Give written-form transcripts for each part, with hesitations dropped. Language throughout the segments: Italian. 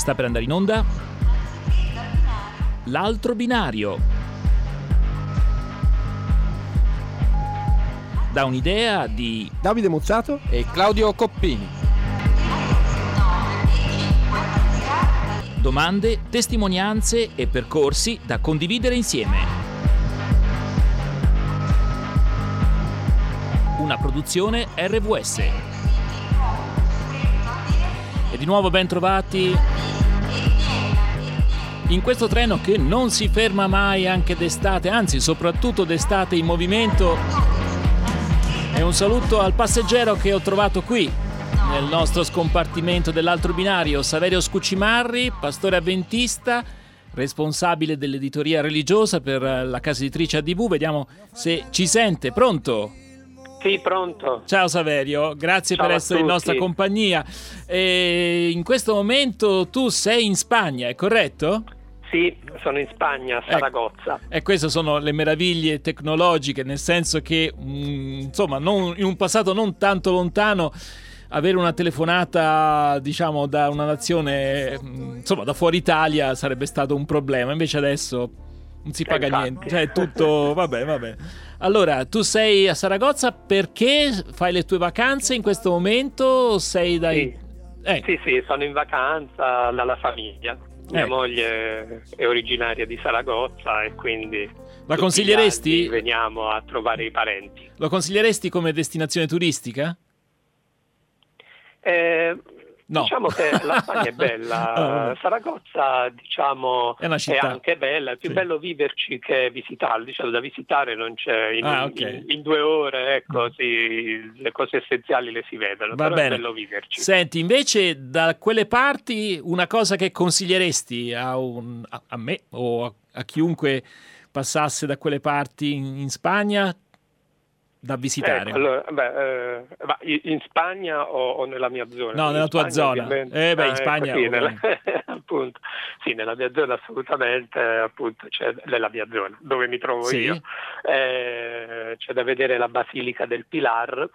Sta per andare in onda L'altro binario. Da un'idea di Davide Mozzato e Claudio Coppini. domande, testimonianze e percorsi da condividere insieme. Una produzione RVS. E di nuovo ben trovati in questo treno che non si ferma mai anche d'estate, anzi soprattutto d'estate in movimento. E un saluto al passeggero che ho trovato qui nel nostro scompartimento dell'altro binario, Saverio Scuccimarri, pastore avventista, responsabile dell'editoria religiosa per la casa editrice ADV. Vediamo se ci sente. Pronto? Sì, pronto. Ciao Saverio, grazie Ciao per a essere in tutti. nostra compagnia. In questo momento tu sei in Spagna, è corretto? Sì, sono in Spagna, a Saragozza. E queste sono le meraviglie tecnologiche, nel senso che insomma, in un passato non tanto lontano, avere una telefonata, diciamo, da una nazione, insomma, da fuori Italia sarebbe stato un problema. Invece adesso non si paga Infatti. niente, cioè tutto vabbè. Allora, tu sei a Saragozza perché fai le tue vacanze in questo momento? Sei dai... Sì, sono in vacanza dalla famiglia. Mia moglie è originaria di Saragozza e quindi La consiglieresti? tutti gli anni veniamo a trovare i parenti. Lo consiglieresti come destinazione turistica? No. Diciamo che la Spagna è bella, Saragozza, diciamo, è una città. È anche bella, è più bello viverci che visitarla. Diciamo, da visitare non c'è in 2 ore, ecco, le cose essenziali le si vedono. Va però bene. È bello viverci. Senti, invece da quelle parti una cosa che consiglieresti a me o a chiunque passasse da quelle parti in Spagna da visitare? Allora, in Spagna o nella mia zona? No, nella tua zona. In Spagna. Appunto. Sì, nella mia zona assolutamente, appunto, c'è nella mia zona, dove mi trovo io. C'è da vedere la Basilica del Pilar,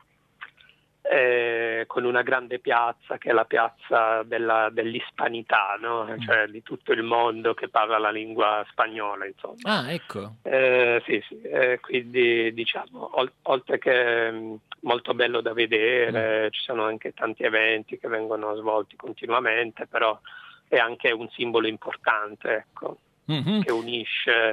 con una grande piazza che è la piazza dell'ispanità, no? Cioè di tutto il mondo che parla la lingua spagnola, insomma. Ah, ecco. Sì, quindi diciamo, oltre che molto bello da vedere, ci sono anche tanti eventi che vengono svolti continuamente, però è anche un simbolo importante, ecco, che unisce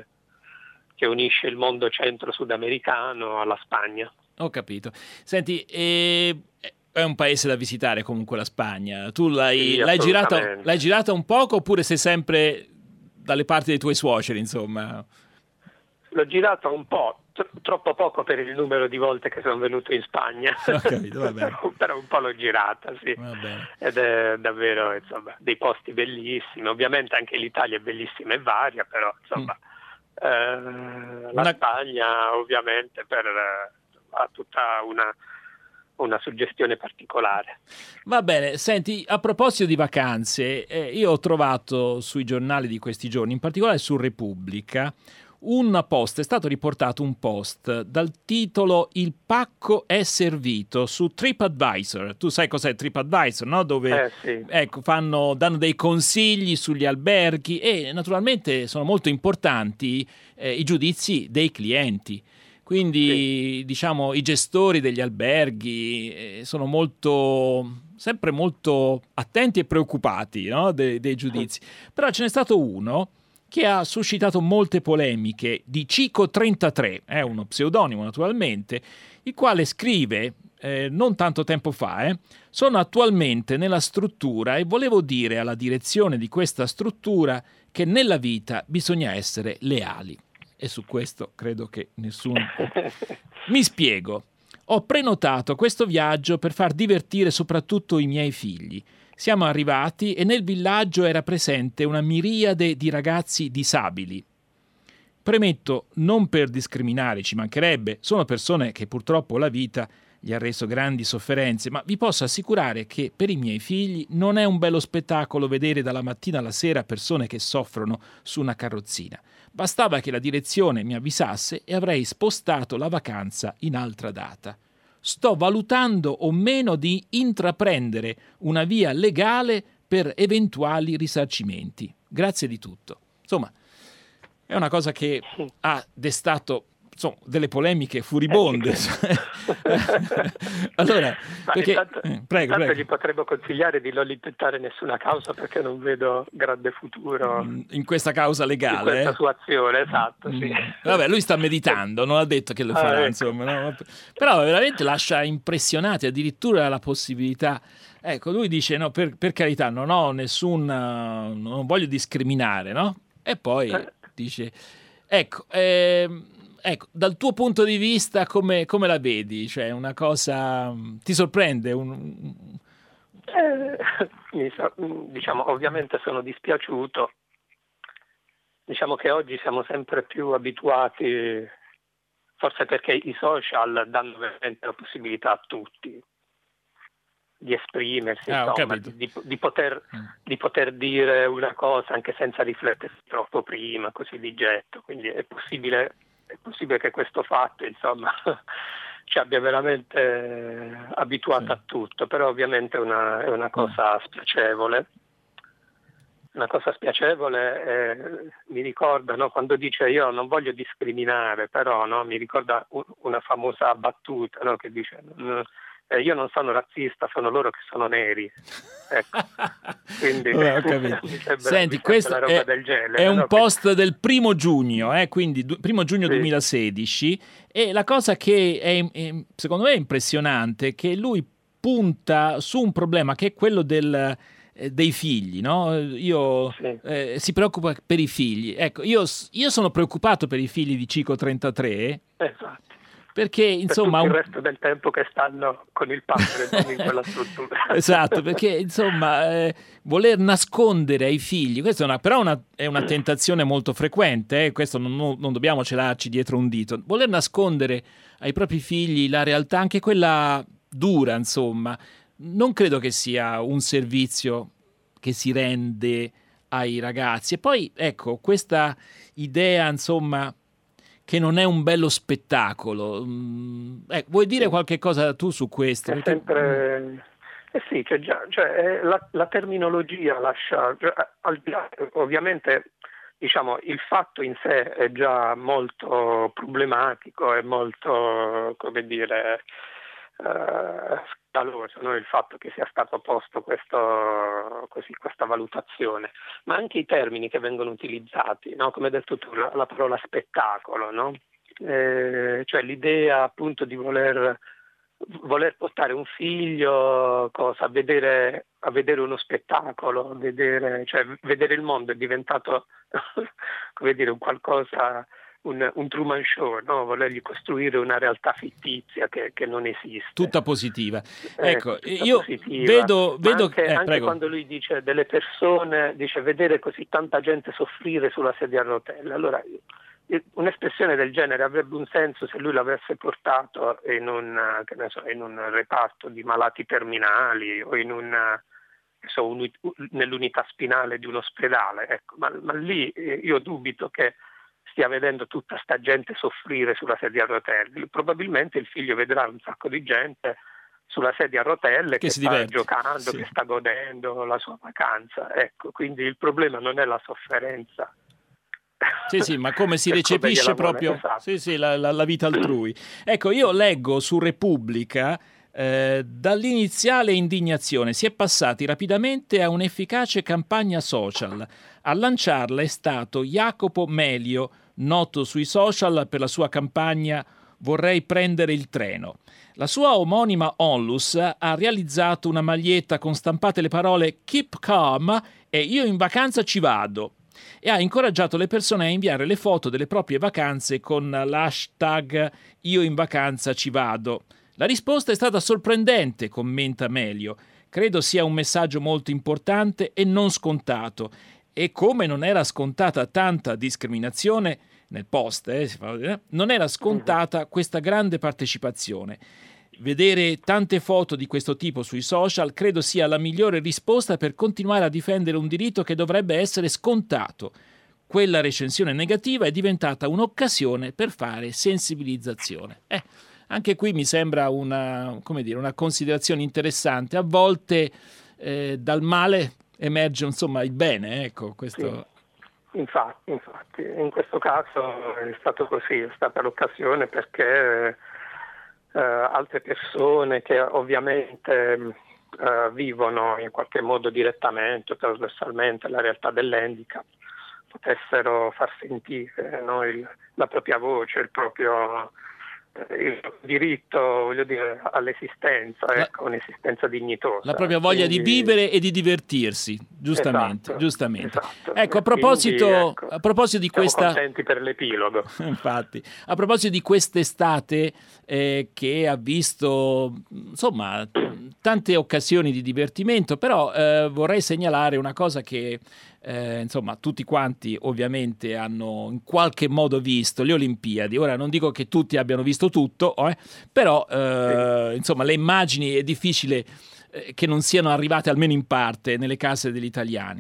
il mondo centro-sudamericano alla Spagna. Ho capito. Senti, è un paese da visitare comunque la Spagna. Tu l'hai girata un poco oppure sei sempre dalle parti dei tuoi suoceri, insomma? L'ho girata un po', troppo poco per il numero di volte che sono venuto in Spagna. Ho capito, va bene. Però un po' l'ho girata, sì. Va bene. Ed è davvero, insomma, dei posti bellissimi. Ovviamente anche l'Italia è bellissima e varia, però insomma la Spagna ovviamente ha tutta una suggestione particolare. Va bene, senti, a proposito di vacanze, io ho trovato sui giornali di questi giorni, in particolare su Repubblica, è stato riportato un post dal titolo "Il pacco è servito" su TripAdvisor. Tu sai cos'è TripAdvisor, no? Dove sì. ecco, danno dei consigli sugli alberghi e naturalmente sono molto importanti i giudizi dei clienti. Quindi diciamo i gestori degli alberghi sono sempre molto attenti e preoccupati, no? dei giudizi. Però ce n'è stato uno che ha suscitato molte polemiche, di Cico33, è uno pseudonimo naturalmente, il quale scrive non tanto tempo fa, sono attualmente nella struttura e volevo dire alla direzione di questa struttura che nella vita bisogna essere leali. E su questo credo che nessuno... Mi spiego. Ho prenotato questo viaggio per far divertire soprattutto i miei figli. Siamo arrivati e nel villaggio era presente una miriade di ragazzi disabili. Premetto, non per discriminare, ci mancherebbe, sono persone che purtroppo la vita gli ha reso grandi sofferenze, ma vi posso assicurare che per i miei figli non è un bello spettacolo vedere dalla mattina alla sera persone che soffrono su una carrozzina. Bastava che la direzione mi avvisasse e avrei spostato la vacanza in altra data. Sto valutando o meno di intraprendere una via legale per eventuali risarcimenti. Grazie di tutto. Insomma, è una cosa che ha destato delle polemiche furibonde. Allora, perché, prego. Gli potremmo consigliare di non intentare nessuna causa, perché non vedo grande futuro in questa causa legale. In questa sua azione, esatto. Sì. Vabbè, lui sta meditando, non ha detto che lo farà, ecco. Insomma, no? Però veramente lascia impressionati, addirittura la possibilità. Ecco, lui dice: no, per carità, non voglio discriminare, no? E poi dice: ecco, dal tuo punto di vista come la vedi? Cioè, una cosa ti sorprende? Diciamo, ovviamente sono dispiaciuto. Diciamo che oggi siamo sempre più abituati, forse perché i social danno veramente la possibilità a tutti di esprimersi, insomma, di poter dire una cosa anche senza riflettere troppo prima, così di getto. Quindi è possibile che questo fatto, insomma, ci abbia veramente abituato a tutto, però ovviamente è una cosa spiacevole. Una cosa spiacevole, mi ricorda, no, quando dice io non voglio discriminare, però no, mi ricorda una famosa battuta, no, che dice io non sono razzista, sono loro che sono neri. Ecco. Quindi ho capito. Senti, questo una roba del genere, è un post del 1 giugno, quindi 1 giugno 2016, e la cosa che è, secondo me è impressionante è che lui punta su un problema che è quello dei figli, no? Si preoccupa per i figli. Ecco, io sono preoccupato per i figli di Cico 33. Esatto. Perché insomma per tutto il resto del tempo che stanno con il padre non in quella struttura. Esatto, perché insomma voler nascondere ai figli, questa è una tentazione molto frequente, questo non dobbiamo celarci dietro un dito, voler nascondere ai propri figli la realtà, anche quella dura, insomma, non credo che sia un servizio che si rende ai ragazzi. E poi ecco, questa idea, insomma, che non è un bello spettacolo. Vuoi dire qualche cosa tu su questo? È sempre... sì, la terminologia lascia... al di là, ovviamente, diciamo, il fatto in sé è già molto problematico, è molto, come dire, scandaloso, no? Il fatto che sia stato posto questa valutazione, ma anche i termini che vengono utilizzati, no? Come hai detto tu, la parola spettacolo, no? Cioè l'idea appunto di voler portare un figlio a vedere uno spettacolo, vedere il mondo è diventato come dire, un qualcosa, un Truman Show, no? Volergli costruire una realtà fittizia che non esiste. Tutta positiva. Ecco, tutta io positiva. vedo anche quando lui dice delle persone, dice vedere così tanta gente soffrire sulla sedia a rotelle. Allora, un'espressione del genere avrebbe un senso se lui l'avesse portato in un reparto di malati terminali o nell'unità spinale di un ospedale. Ecco, ma lì io dubito che stia vedendo tutta sta gente soffrire sulla sedia a rotelle. Probabilmente il figlio vedrà un sacco di gente sulla sedia a rotelle che sta giocando, che sta godendo la sua vacanza. Ecco, quindi il problema non è la sofferenza. Sì, ma come si recepisce proprio esatto. La vita altrui. Ecco, io leggo su Repubblica dall'iniziale indignazione si è passati rapidamente a un'efficace campagna social. A lanciarla è stato Jacopo Melio, noto sui social per la sua campagna Vorrei prendere il treno. La sua omonima Onlus ha realizzato una maglietta con stampate le parole Keep calm e io in vacanza ci vado, e ha incoraggiato le persone a inviare le foto delle proprie vacanze con l'hashtag io in vacanza ci vado. La risposta è stata sorprendente, commenta Melio. Credo sia un messaggio molto importante e non scontato. E come non era scontata tanta discriminazione nel post, non era scontata questa grande partecipazione. Vedere tante foto di questo tipo sui social credo sia la migliore risposta per continuare a difendere un diritto che dovrebbe essere scontato. Quella recensione negativa è diventata un'occasione per fare sensibilizzazione. Anche qui mi sembra una considerazione interessante. A volte dal male emerge insomma il bene, ecco, questo. Sì, infatti, in questo caso è stato così, è stata l'occasione perché altre persone che ovviamente vivono in qualche modo direttamente o trasversalmente la realtà dell'handicap potessero far sentire, no, la propria voce, il proprio diritto, voglio dire, all'esistenza, ecco, un'esistenza dignitosa. La propria voglia di vivere e di divertirsi, giustamente. Esatto. Ecco, a proposito di siamo questa... contenti per l'epilogo. Infatti, a proposito di quest'estate che ha visto, insomma, tante occasioni di divertimento, però vorrei segnalare una cosa che insomma tutti quanti ovviamente hanno in qualche modo visto, le Olimpiadi. Ora non dico che tutti abbiano visto tutto, però insomma le immagini è difficile che non siano arrivate almeno in parte nelle case degli italiani.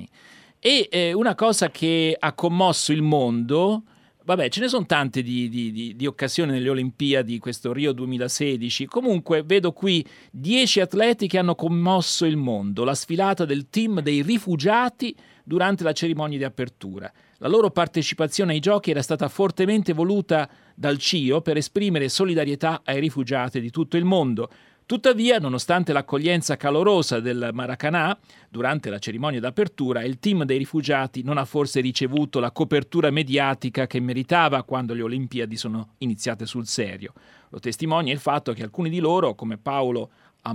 E una cosa che ha commosso il mondo, vabbè, ce ne sono tante di occasioni nelle Olimpiadi, questo Rio 2016. Comunque vedo qui 10 atleti che hanno commosso il mondo. La sfilata del team dei rifugiati durante la cerimonia di apertura. La loro partecipazione ai giochi era stata fortemente voluta dal CIO per esprimere solidarietà ai rifugiati di tutto il mondo. Tuttavia, nonostante l'accoglienza calorosa del Maracanã durante la cerimonia d'apertura, il team dei rifugiati non ha forse ricevuto la copertura mediatica che meritava quando le Olimpiadi sono iniziate sul serio. Lo testimonia il fatto che alcuni di loro, come Paolo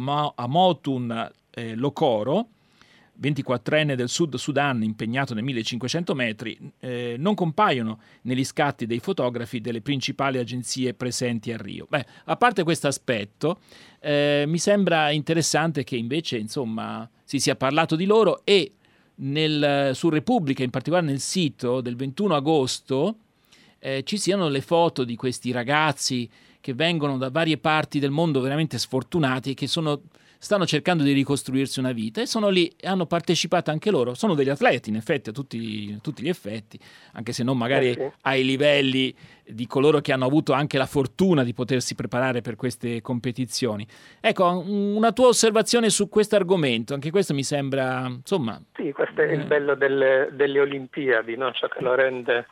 Amotun Lokoro, 24enne del Sud Sudan impegnato nei 1500 metri, non compaiono negli scatti dei fotografi delle principali agenzie presenti a Rio. Beh, a parte questo aspetto, mi sembra interessante che invece insomma si sia parlato di loro e su Repubblica, in particolare nel sito del 21 agosto, ci siano le foto di questi ragazzi che vengono da varie parti del mondo veramente sfortunati e che stanno cercando di ricostruirsi una vita e sono lì e hanno partecipato anche loro. Sono degli atleti, in effetti, a tutti gli effetti, anche se non magari ai livelli di coloro che hanno avuto anche la fortuna di potersi preparare per queste competizioni. Ecco, una tua osservazione su questo argomento, anche questo mi sembra, insomma... Sì, questo è il bello delle Olimpiadi, no? Ciò che lo rende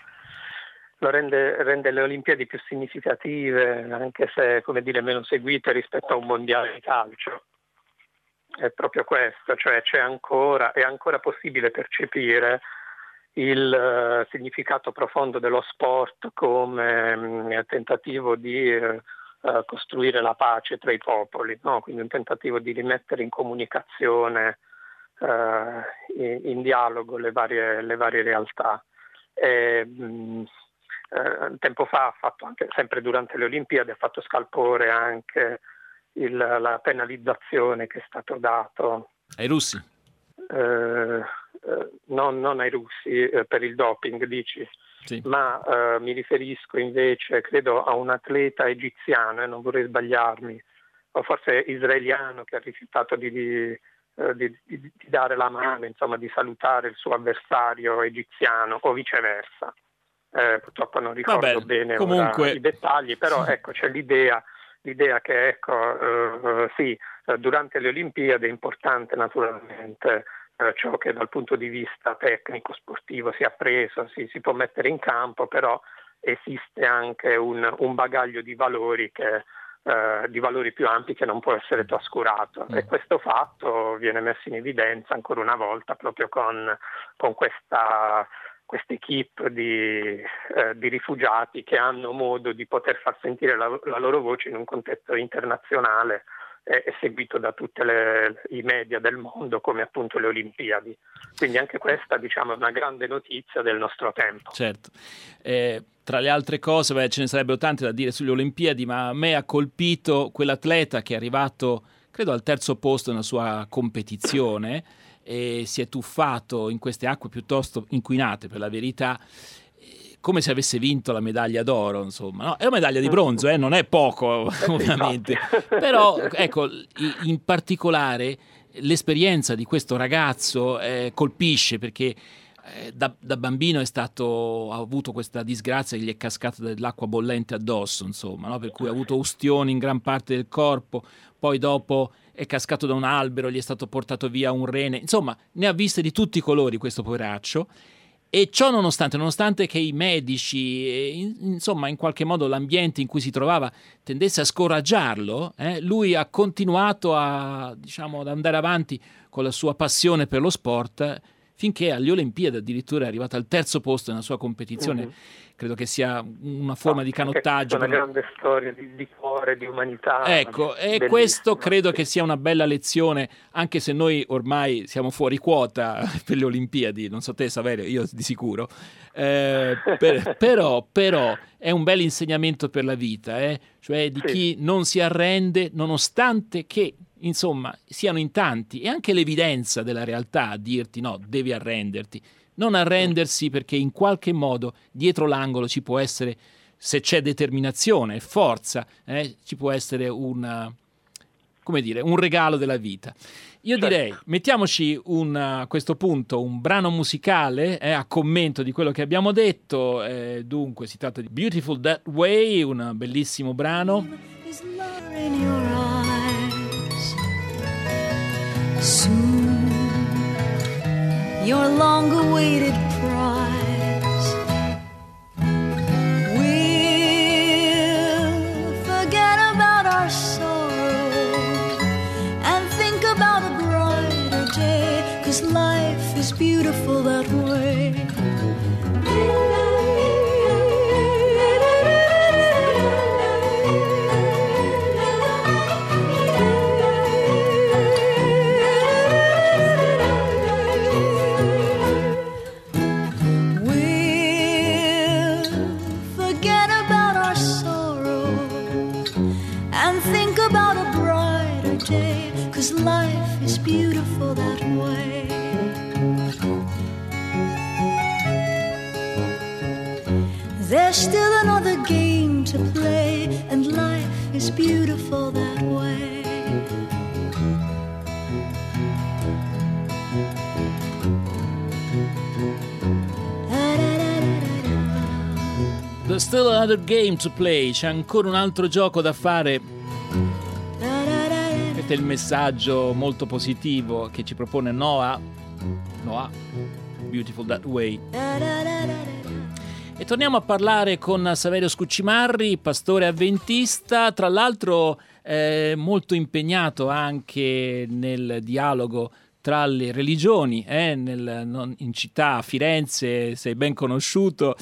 le Olimpiadi più significative, anche se, come dire, meno seguite rispetto a un mondiale di calcio. È proprio questo, cioè è ancora possibile percepire il significato profondo dello sport come tentativo di costruire la pace tra i popoli, no? Quindi un tentativo di rimettere in comunicazione, in dialogo le varie realtà. Tempo fa ha fatto anche, sempre durante le Olimpiadi, ha fatto scalpore anche la penalizzazione che è stato dato ai russi, non ai russi per il doping, dici? Sì. Ma mi riferisco invece, credo, a un atleta egiziano, non vorrei sbagliarmi, o forse israeliano, che ha rifiutato di dare la mano, insomma, di salutare il suo avversario egiziano o viceversa. Purtroppo non ricordo bene comunque... ora i dettagli, però ecco, c'è l'idea che ecco, sì, durante le Olimpiadi è importante naturalmente ciò che dal punto di vista tecnico sportivo si è appreso, si può mettere in campo, però esiste anche un bagaglio di valori di valori più ampi che non può essere trascurato, e questo fatto viene messo in evidenza ancora una volta proprio con questa equipe di rifugiati che hanno modo di poter far sentire la loro voce in un contesto internazionale e seguito da tutti i media del mondo, come appunto le Olimpiadi. Quindi anche questa, diciamo, è una grande notizia del nostro tempo. Certo. Tra le altre cose, ce ne sarebbero tante da dire sulle Olimpiadi, ma a me ha colpito quell'atleta che è arrivato, credo, al terzo posto nella sua competizione, e si è tuffato in queste acque piuttosto inquinate, per la verità, come se avesse vinto la medaglia d'oro, insomma. No? È una medaglia di bronzo, non è poco, ovviamente. Però, ecco, in particolare l'esperienza di questo ragazzo colpisce, perché da bambino ha avuto questa disgrazia che gli è cascata dell'acqua bollente addosso, insomma, no? Per cui ha avuto ustioni in gran parte del corpo, poi dopo è cascato da un albero, gli è stato portato via un rene, insomma ne ha viste di tutti i colori questo poveraccio. E ciò nonostante che i medici, insomma in qualche modo l'ambiente in cui si trovava tendesse a scoraggiarlo, lui ha continuato ad andare avanti con la sua passione per lo sport, finché alle Olimpiadi addirittura è arrivato al 3° posto nella sua competizione. Credo che sia una forma di canottaggio. Una grande storia di cuore, di umanità. Ecco, e questo credo che sia una bella lezione, anche se noi ormai siamo fuori quota per le Olimpiadi, non so te Saverio, io di sicuro, però è un bel insegnamento per la vita, cioè di chi non si arrende nonostante che insomma siano in tanti, e anche l'evidenza della realtà a dirti no, devi arrenderti. Non arrendersi, perché in qualche modo dietro l'angolo ci può essere, se c'è determinazione e forza, ci può essere un regalo della vita. Io direi, mettiamoci a questo punto un brano musicale a commento di quello che abbiamo detto. Dunque si tratta di Beautiful That Way, un bellissimo brano. Your long-awaited prize we'll forget about our sorrow and think about a brighter day, 'cause life is beautiful that way. Life is beautiful that way. There's still another game to play, and life is beautiful that way. There's still another game to play, c'è ancora un altro gioco da fare. Questo è il messaggio molto positivo che ci propone Noah, Beautiful That Way. E torniamo a parlare con Saverio Scuccimarri, pastore avventista, tra l'altro molto impegnato anche nel dialogo tra le religioni, in città, a Firenze, sei ben conosciuto.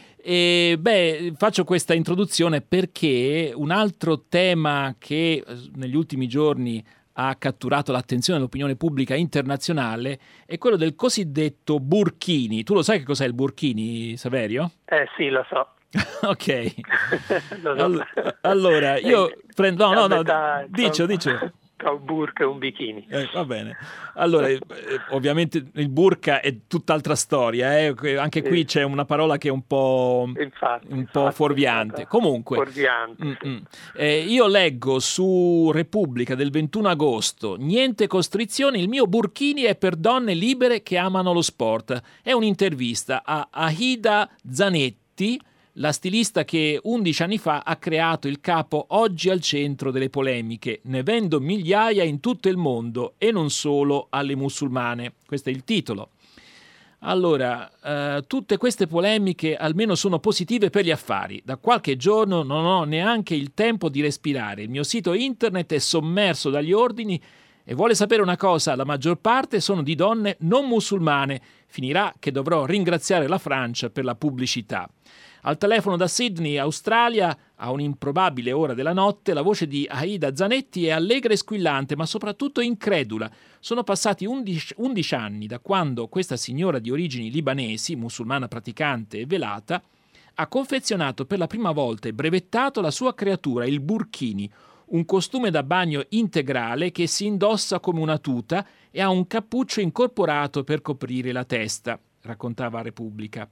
E faccio questa introduzione perché un altro tema che negli ultimi giorni ha catturato l'attenzione dell'opinione pubblica internazionale è quello del cosiddetto burkini. Tu lo sai che cos'è il burkini, Saverio? Sì, lo so. Ok. Lo so. Allora, io prendo... No, dicio. Tra un burka e un bikini. Va bene. Allora, ovviamente il burka è tutt'altra storia. Anche qui c'è una parola che è un po' fuorviante. Comunque, fuorviante. Io leggo su Repubblica del 21 agosto: niente costrizioni, il mio burkini è per donne libere che amano lo sport. È un'intervista a Aida Zanetti, la stilista che 11 anni fa ha creato il capo oggi al centro delle polemiche. Ne vendo migliaia in tutto il mondo e non solo alle musulmane. Questo è il titolo. Allora, tutte queste polemiche almeno sono positive per gli affari. Da qualche giorno non ho neanche il tempo di respirare. Il mio sito internet è sommerso dagli ordini e vuole sapere una cosa: la maggior parte sono di donne non musulmane. Finirà che dovrò ringraziare la Francia per la pubblicità. Al telefono da Sydney, Australia, a un'improbabile ora della notte, la voce di Aida Zanetti è allegra e squillante, ma soprattutto incredula. Sono passati 11 anni da quando questa signora di origini libanesi, musulmana praticante e velata, ha confezionato per la prima volta e brevettato la sua creatura, il burkini, un costume da bagno integrale che si indossa come una tuta e ha un cappuccio incorporato per coprire la testa, raccontava Repubblica.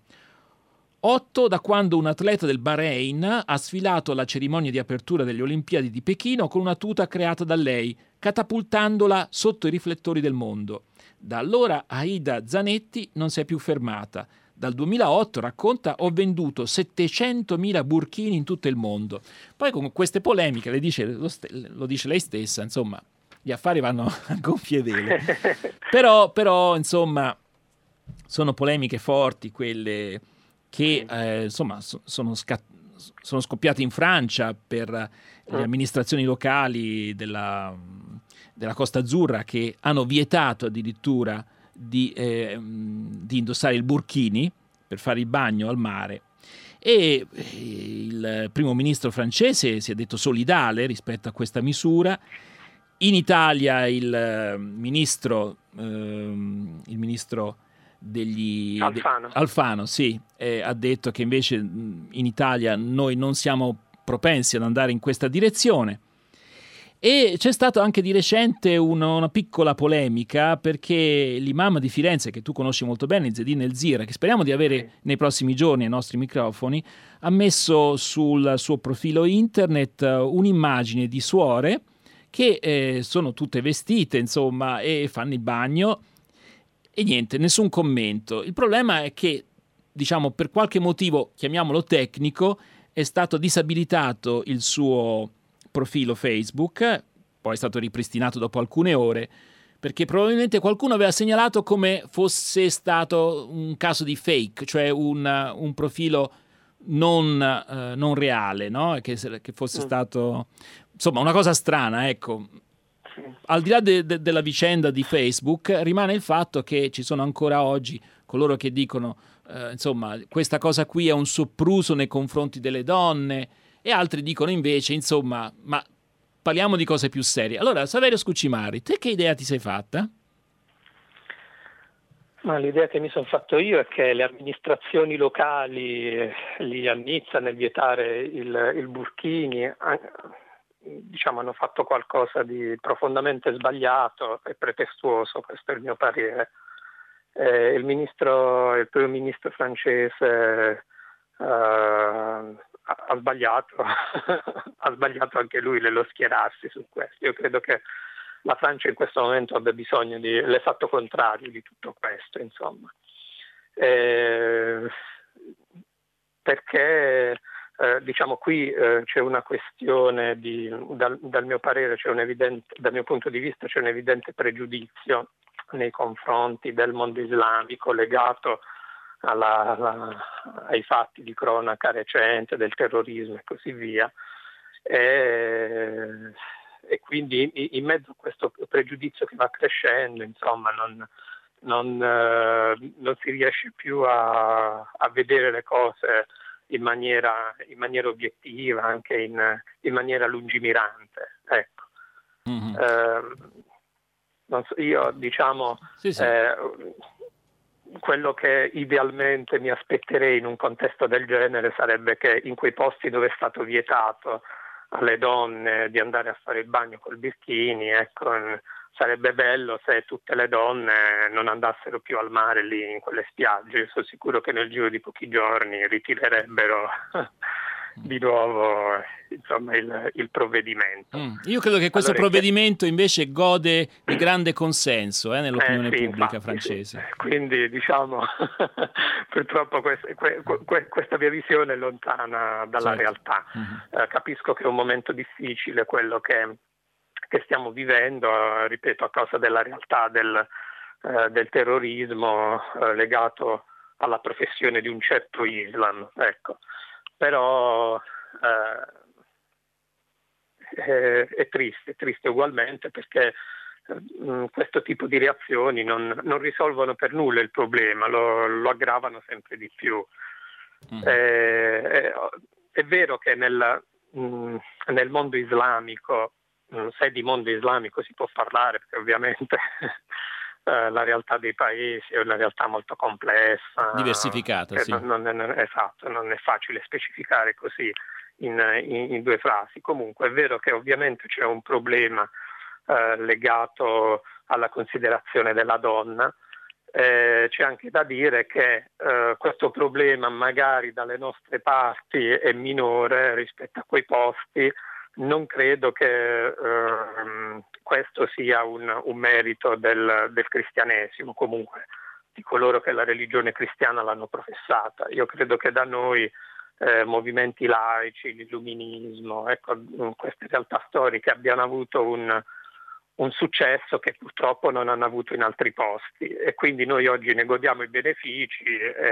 8 da quando un atleta del Bahrain ha sfilato alla cerimonia di apertura delle Olimpiadi di Pechino con una tuta creata da lei, catapultandola sotto i riflettori del mondo. Da allora Aida Zanetti non si è più fermata. Dal 2008, racconta, ho venduto 700.000 burkini in tutto il mondo. Poi con queste polemiche, lo dice lei stessa, insomma, gli affari vanno a gonfie vele. Però insomma, sono polemiche forti quelle che insomma sono scoppiate in Francia per le amministrazioni locali della Costa Azzurra, che hanno vietato addirittura di indossare il burkini per fare il bagno al mare. E il primo ministro francese si è detto solidale rispetto a questa misura. In Italia il ministro degli Alfano sì, ha detto che invece in Italia noi non siamo propensi ad andare in questa direzione. E c'è stata anche di recente una piccola polemica, perché l'imam di Firenze, che tu conosci molto bene, Izzedine El Zira, che speriamo di avere nei prossimi giorni ai nostri microfoni, ha messo sul suo profilo internet un'immagine di suore che sono tutte vestite, insomma, e fanno il bagno, e niente, nessun commento. Il problema è che, diciamo, per qualche motivo, chiamiamolo tecnico, è stato disabilitato il suo profilo Facebook, poi è stato ripristinato dopo alcune ore, perché probabilmente qualcuno aveva segnalato come fosse stato un caso di fake, cioè un profilo non reale, no? Che fosse stato, insomma, una cosa strana, ecco. Al di là della vicenda di Facebook, rimane il fatto che ci sono ancora oggi coloro che dicono insomma, questa cosa qui è un sopruso nei confronti delle donne, e altri dicono invece, insomma, ma parliamo di cose più serie. Allora, Saverio Scucimari, te che idea ti sei fatta? Ma l'idea che mi sono fatto io è che le amministrazioni locali lì a Nizza, nel vietare il burkini, diciamo, hanno fatto qualcosa di profondamente sbagliato e pretestuoso, questo è il mio parere. Il primo ministro francese ha sbagliato, ha sbagliato anche lui nello schierarsi su questo. Io credo che la Francia in questo momento abbia bisogno dell'esatto contrario di tutto questo, insomma. Perché diciamo qui c'è una questione dal mio parere, dal mio punto di vista c'è un evidente pregiudizio nei confronti del mondo islamico legato ai fatti di cronaca recente del terrorismo e così via, e quindi in mezzo a questo pregiudizio che va crescendo, insomma, non si riesce più a vedere le cose in maniera obiettiva, anche in maniera lungimirante, ecco. Non so, io diciamo sì. Quello che idealmente mi aspetterei in un contesto del genere sarebbe che in quei posti dove è stato vietato alle donne di andare a fare il bagno col bikini, ecco, sarebbe bello se tutte le donne non andassero più al mare lì in quelle spiagge. Io sono sicuro che nel giro di pochi giorni ritirerebbero di nuovo, insomma, il provvedimento. Io credo che questo provvedimento invece gode di grande consenso nell'opinione pubblica francese. Sì. Quindi diciamo purtroppo questa mia visione è lontana dalla realtà. Capisco che è un momento difficile quello che stiamo vivendo, ripeto, a causa della realtà del terrorismo legato alla professione di un certo Islam, ecco. Però è triste ugualmente, perché questo tipo di reazioni non risolvono per nulla il problema, lo aggravano sempre di più. È vero che nel mondo islamico, se di mondo islamico si può parlare, perché ovviamente la realtà dei paesi è una realtà molto complessa, diversificata, sì. Esatto, non è facile specificare così in due frasi. Comunque è vero che ovviamente c'è un problema legato alla considerazione della donna. C'è anche da dire che questo problema magari dalle nostre parti è minore rispetto a quei posti. Non credo che questo sia un merito del cristianesimo, comunque di coloro che la religione cristiana l'hanno professata. Io credo che da noi movimenti laici, l'illuminismo, ecco, queste realtà storiche abbiano avuto un successo che purtroppo non hanno avuto in altri posti, e quindi noi oggi ne godiamo i benefici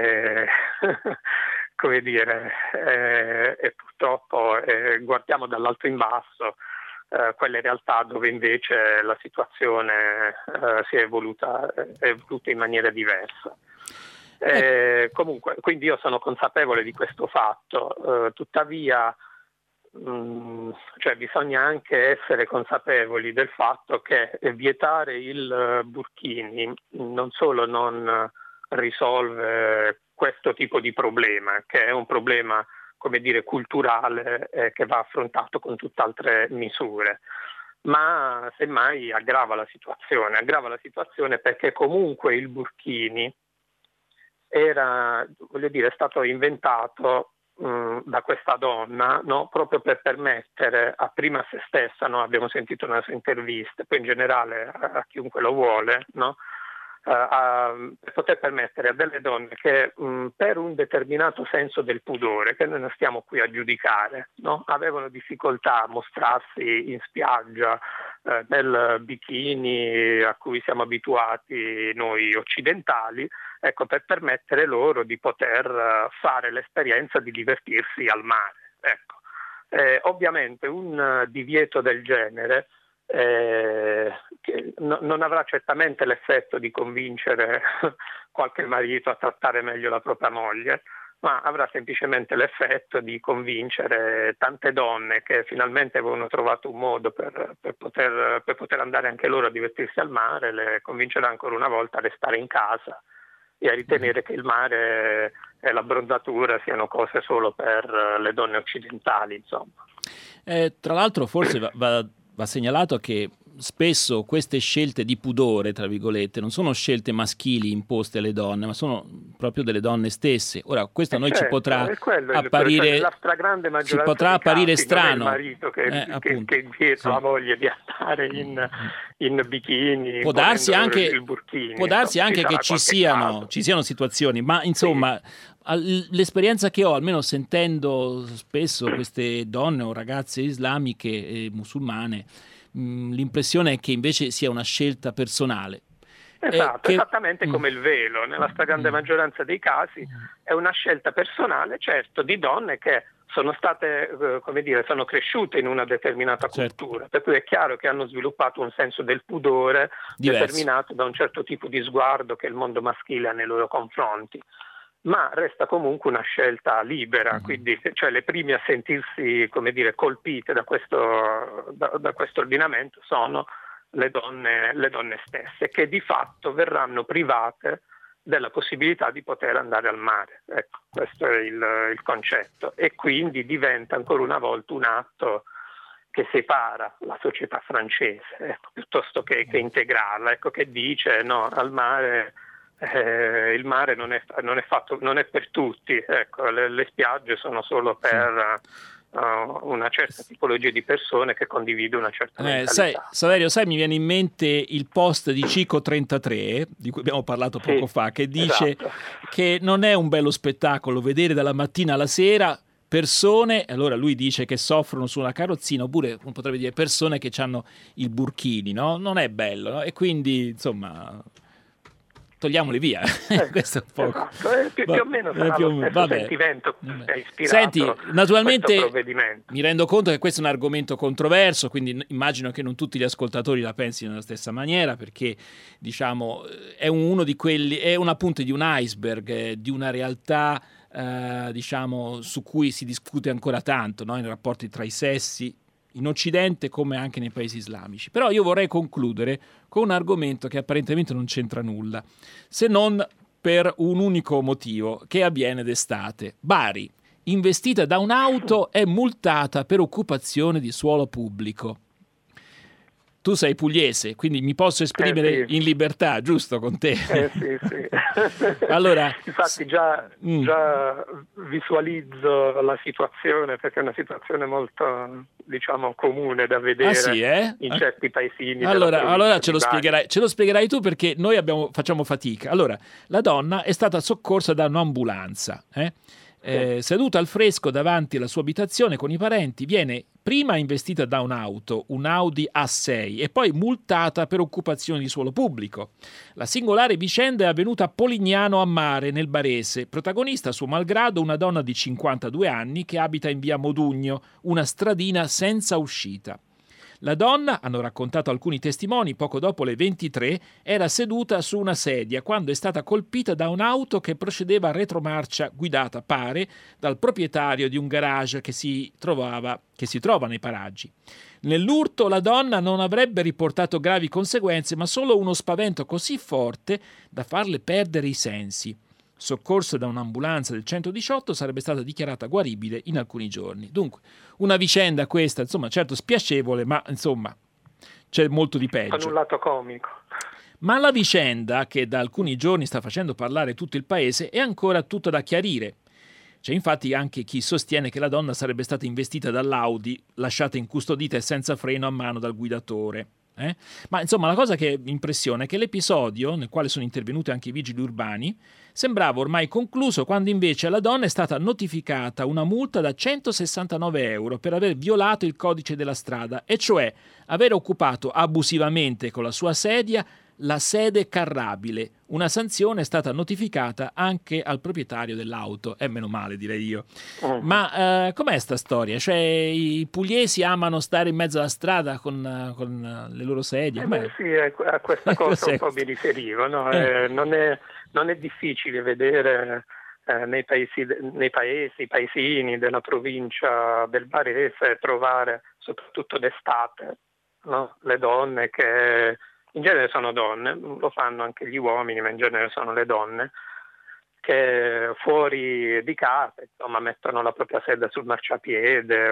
come dire, e purtroppo guardiamo dall'alto in basso quelle realtà dove invece la situazione si è evoluta in maniera diversa. Comunque, quindi io sono consapevole di questo fatto, tuttavia cioè bisogna anche essere consapevoli del fatto che vietare il burkini non solo non risolve questo tipo di problema, che è un problema, come dire, culturale, che va affrontato con tutt'altre misure, ma semmai aggrava la situazione perché comunque il burkini era, voglio dire, è stato inventato da questa donna, no? Proprio per permettere a prima a se stessa, no? Abbiamo sentito nelle sue interviste, poi in generale a chiunque lo vuole, no? Per poter permettere a delle donne che per un determinato senso del pudore, che noi non stiamo qui a giudicare, no? Avevano difficoltà a mostrarsi in spiaggia nel bikini a cui siamo abituati noi occidentali, ecco, per permettere loro di poter fare l'esperienza di divertirsi al mare. Ecco. Ovviamente un divieto del genere che non avrà certamente l'effetto di convincere qualche marito a trattare meglio la propria moglie, ma avrà semplicemente l'effetto di convincere tante donne che finalmente avevano trovato un modo per poter andare anche loro a divertirsi al mare, le convincerà ancora una volta a restare in casa e a ritenere che il mare e l'abbronzatura siano cose solo per le donne occidentali, insomma. Tra l'altro forse va segnalato che spesso queste scelte di pudore, tra virgolette, non sono scelte maschili imposte alle donne, ma sono proprio delle donne stesse. Ora, questo a noi ci potrà apparire, la stragrande maggioranza ci potrà apparire strano. Non è il marito che vieta la moglie di andare in bikini, può darsi anche, il burkini, può darsi anche che ci siano situazioni, ma insomma l'esperienza che ho, almeno sentendo spesso queste donne o ragazze islamiche e musulmane, l'impressione è che invece sia una scelta personale. Esatto, esattamente come il velo, nella stragrande maggioranza dei casi è una scelta personale, certo, di donne che sono state, come dire, sono cresciute in una determinata cultura, per cui è chiaro che hanno sviluppato un senso del pudore determinato da un certo tipo di sguardo che il mondo maschile ha nei loro confronti. Ma resta comunque una scelta libera, quindi cioè le prime a sentirsi, come dire, colpite da questo ordinamento sono le donne stesse, che di fatto verranno private della possibilità di poter andare al mare. Ecco, questo è il concetto, e quindi diventa ancora una volta un atto che separa la società francese, ecco, piuttosto che integrarla, ecco, che dice no, al mare. Il mare non è per tutti, ecco, le spiagge sono solo per una certa tipologia di persone che condivide una certa mentalità. Saverio, mi viene in mente il post di Cico 33, di cui abbiamo parlato poco fa, che dice che non è un bello spettacolo vedere dalla mattina alla sera persone, allora lui dice che soffrono su una carrozzina, oppure potrebbe dire persone che hanno il burkini, no? Non è bello, no? E quindi, insomma, togliamoli via. Questo è un po'. Più o meno sarà lo stesso sentimento che ha ispirato. Senti, naturalmente questo provvedimento. Mi rendo conto che questo è un argomento controverso, quindi immagino che non tutti gli ascoltatori la pensino nella stessa maniera, perché diciamo è uno di quelli, è una punta di un iceberg, di una realtà diciamo su cui si discute ancora tanto, no? In rapporti tra i sessi, in Occidente come anche nei paesi islamici. Però io vorrei concludere con un argomento che apparentemente non c'entra nulla, se non per un unico motivo, che avviene d'estate. Bari, investita da un'auto, è multata per occupazione di suolo pubblico. Tu sei pugliese, quindi mi posso esprimere in libertà, giusto, con te? Sì. Allora, infatti già visualizzo la situazione, perché è una situazione molto, diciamo, comune da vedere in certi paesini. Allora ce lo spiegherai tu, perché noi facciamo fatica. Allora, la donna è stata soccorsa da un'ambulanza, seduta al fresco davanti alla sua abitazione con i parenti, viene prima investita da un'auto, un Audi A6, e poi multata per occupazione di suolo pubblico. La singolare vicenda è avvenuta a Polignano a Mare, nel Barese. Protagonista, suo malgrado, una donna di 52 anni che abita in via Modugno, una stradina senza uscita. La donna, hanno raccontato alcuni testimoni, poco dopo le 23, era seduta su una sedia quando è stata colpita da un'auto che procedeva a retromarcia guidata, pare, dal proprietario di un garage che si trova nei paraggi. Nell'urto la donna non avrebbe riportato gravi conseguenze, ma solo uno spavento così forte da farle perdere i sensi. Soccorsa da un'ambulanza del 118, sarebbe stata dichiarata guaribile in alcuni giorni. Dunque, una vicenda questa, insomma, certo spiacevole, ma insomma, c'è molto di peggio. Con un lato comico. Ma la vicenda, che da alcuni giorni sta facendo parlare tutto il paese, è ancora tutta da chiarire. C'è infatti anche chi sostiene che la donna sarebbe stata investita dall'Audi, lasciata incustodita e senza freno a mano dal guidatore. Ma insomma la cosa che impressiona è che l'episodio, nel quale sono intervenuti anche i vigili urbani, sembrava ormai concluso quando invece alla donna è stata notificata una multa da 169 euro per aver violato il codice della strada, e cioè aver occupato abusivamente con la sua sedia la sede carrabile. Una sanzione è stata notificata anche al proprietario dell'auto, e meno male direi io. Ma com'è sta storia? Cioè i pugliesi amano stare in mezzo alla strada con le loro sedie? Sì, a questa cosa un po' mi riferivo, no? Non è difficile vedere nei paesini della provincia del Varese trovare, soprattutto d'estate, no? Le donne che in genere sono donne, lo fanno anche gli uomini, ma in genere sono le donne, che fuori di casa, insomma, mettono la propria sedia sul marciapiede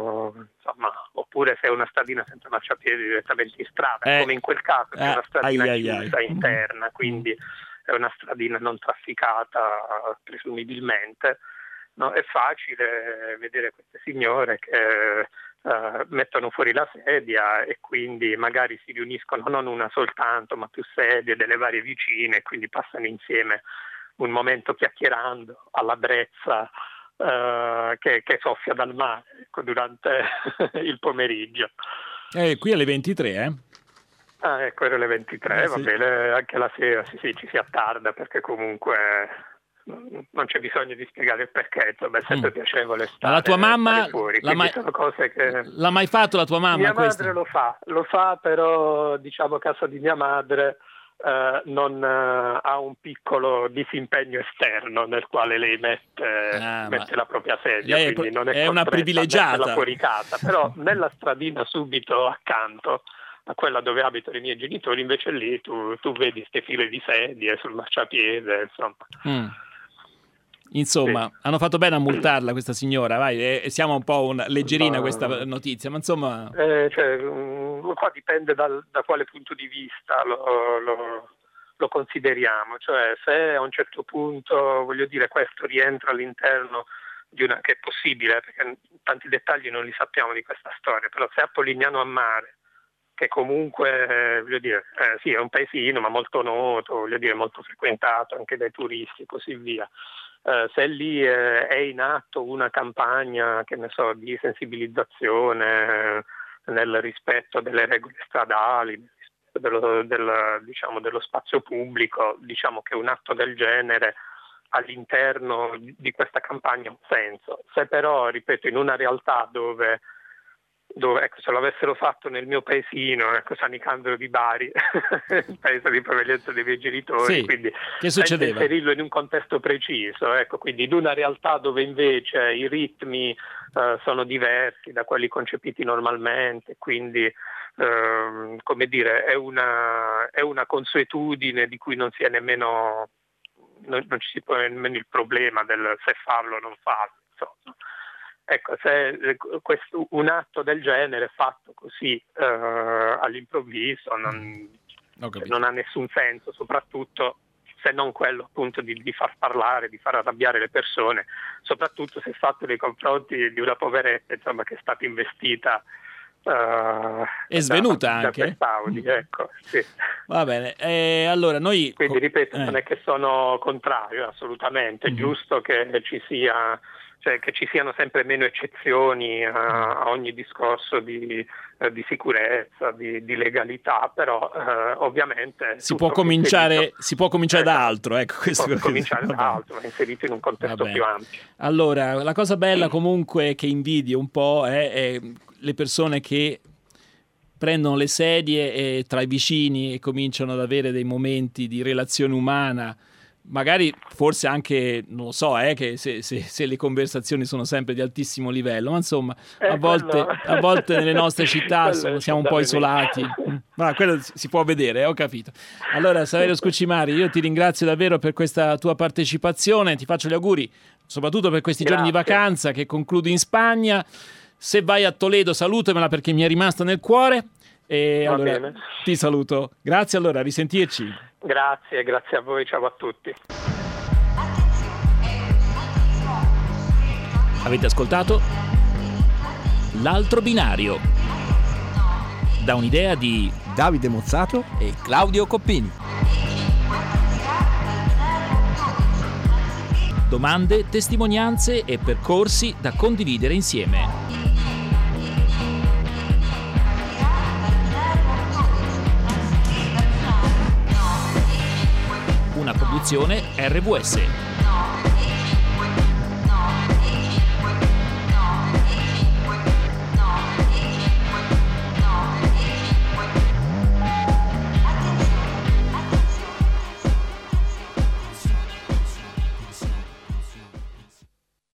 oppure se è una stradina senza marciapiede direttamente in strada, come in quel caso che è una stradina chiusa interna, quindi è una stradina non trafficata presumibilmente, no? È facile vedere queste signore che mettono fuori la sedia e quindi magari si riuniscono non una soltanto ma più sedie delle varie vicine, e quindi passano insieme un momento chiacchierando alla brezza che soffia dal mare, ecco, durante il pomeriggio. Qui alle 23, ecco, era le 23, va bene, anche la sera ci si attarda perché comunque non c'è bisogno di spiegare il perché, insomma, è sempre piacevole stare, la tua mamma fuori, sono cose che l'ha mai fatto la tua mamma? Mia madre lo fa, però diciamo a casa di mia madre non ha un piccolo disimpegno esterno nel quale lei mette la propria sedia, quindi non è una privilegiata fuori casa, però nella stradina subito accanto a quella dove abitano i miei genitori, invece lì tu vedi ste file di sedie sul marciapiede, insomma. Insomma, sì. Hanno fatto bene a multarla questa signora, vai, siamo un po' leggerina questa notizia, ma insomma... qua dipende da quale punto di vista lo consideriamo, cioè se a un certo punto, voglio dire, questo rientra all'interno di una... che è possibile, perché tanti dettagli non li sappiamo di questa storia, però se a Polignano a Mare, che comunque, voglio dire, sì, è un paesino ma molto noto, voglio dire, molto frequentato anche dai turisti e così via, se lì è in atto una campagna, che ne so, di sensibilizzazione nel rispetto delle regole stradali, dello spazio pubblico, diciamo che un atto del genere all'interno di questa campagna ha un senso. Se però, ripeto, in una realtà dove ecco, se lo avessero fatto nel mio paesino, ecco, San Nicandro di Bari, il paese di provenienza dei miei genitori, sì, quindi che succedeva? Inserirlo in un contesto preciso, ecco, quindi in una realtà dove invece i ritmi sono diversi da quelli concepiti normalmente, quindi come dire, è una consuetudine di cui non si è nemmeno, non ci si pone nemmeno il problema del se farlo o non farlo, insomma. Ecco, se un atto del genere fatto così all'improvviso non ha nessun senso, soprattutto se non quello appunto di far parlare, di far arrabbiare le persone, soprattutto se fatto nei confronti di una poveretta, insomma, che è stata investita è svenuta anche da quest'Audi, ecco, sì. Va bene, allora noi quindi ripeto, non è che sono contrario, assolutamente, è giusto che ci sia cioè che ci siano sempre meno eccezioni a ogni discorso di sicurezza, di legalità, però ovviamente si può cominciare da altro, ecco, questo si può cominciare da altro, ma inserito in un contesto più ampio. Allora, la cosa bella comunque che invidio un po' è le persone che prendono le sedie tra i vicini e cominciano ad avere dei momenti di relazione umana. Magari forse anche, non lo so, che se le conversazioni sono sempre di altissimo livello, ma insomma a volte nelle nostre città siamo un po' isolati. Ma quello si può vedere, ho capito. Allora, Saverio Scucimari, io ti ringrazio davvero per questa tua partecipazione, ti faccio gli auguri soprattutto per questi giorni di vacanza che concludi in Spagna. Se vai a Toledo salutamela perché mi è rimasta nel cuore. E allora bene. Ti saluto. Grazie, allora, a risentirci. Grazie a voi, ciao a tutti. Avete ascoltato L'altro binario, da un'idea di Davide Mozzato e Claudio Coppini. Domande, testimonianze e percorsi da condividere insieme. Una produzione RVS.